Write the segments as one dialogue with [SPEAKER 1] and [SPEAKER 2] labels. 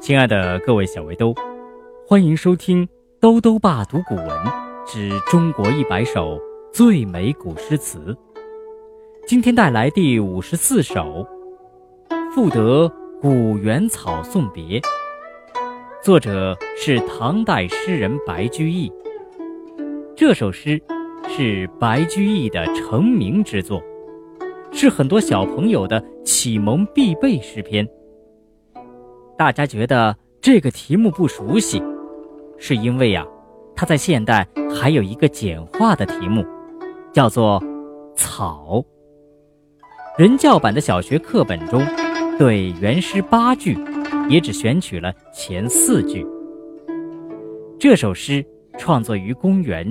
[SPEAKER 1] 亲爱的各位小围兜，欢迎收听兜兜爸读古文之中国100首最美古诗词。今天带来第54首《赋得古原草送别》，作者是唐代诗人白居易。这首诗是白居易的成名之作，是很多小朋友的启蒙必备诗篇。大家觉得这个题目不熟悉，是因为它在现代还有一个简化的题目，叫做草。人教版的小学课本中，对原诗8句也只选取了前4句。这首诗创作于公元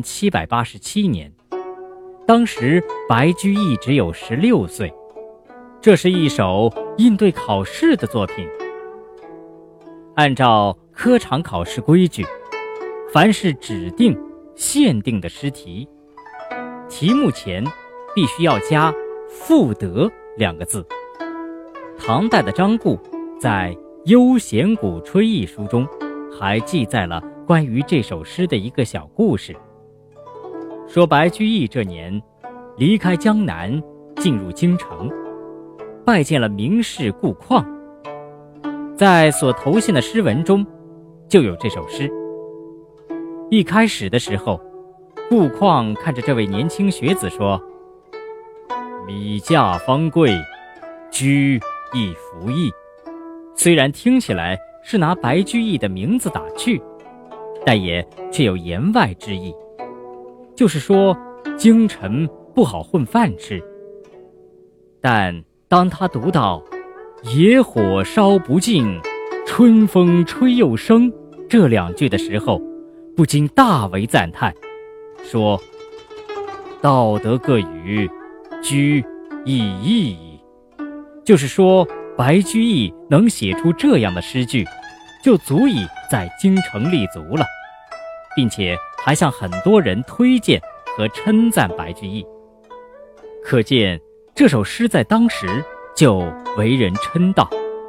[SPEAKER 1] 787年，当时白居易只有16岁，这是一首应对考试的作品。按照科场考试规矩，凡是指定限定的诗题，题目前必须要加赋得2个字。唐代的张固在《悠闲鼓吹》一书中还记载了关于这首诗的一个小故事，说白居易这年离开江南进入京城，拜见了名士顾况，在所投献的诗文中就有这首诗。一开始的时候，顾况看着这位年轻学子说：米价方贵，居亦服役。虽然听起来是拿白居易的名字打趣，但也却有言外之意，就是说京城不好混饭吃。但当他读到野火烧不尽，春风吹又生这2句的时候，不禁大为赞叹，说：道德各语，居亦异矣。就是说白居易能写出这样的诗句，就足以在京城立足了，并且还向很多人推荐和称赞白居易。可见这首诗在当时就为人称道。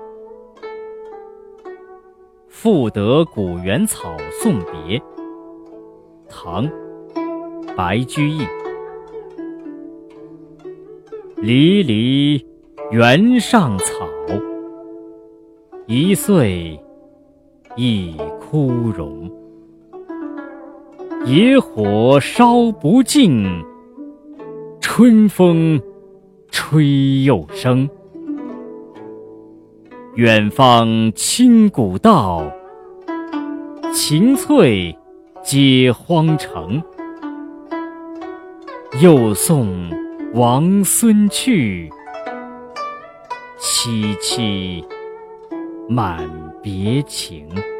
[SPEAKER 1] 赋得古原草送别，唐·白居易。离离原上草，一岁一枯荣。野火烧不尽，春风吹又生。远芳侵古道，晴翠接荒城。又送王孙去，萋萋满别情。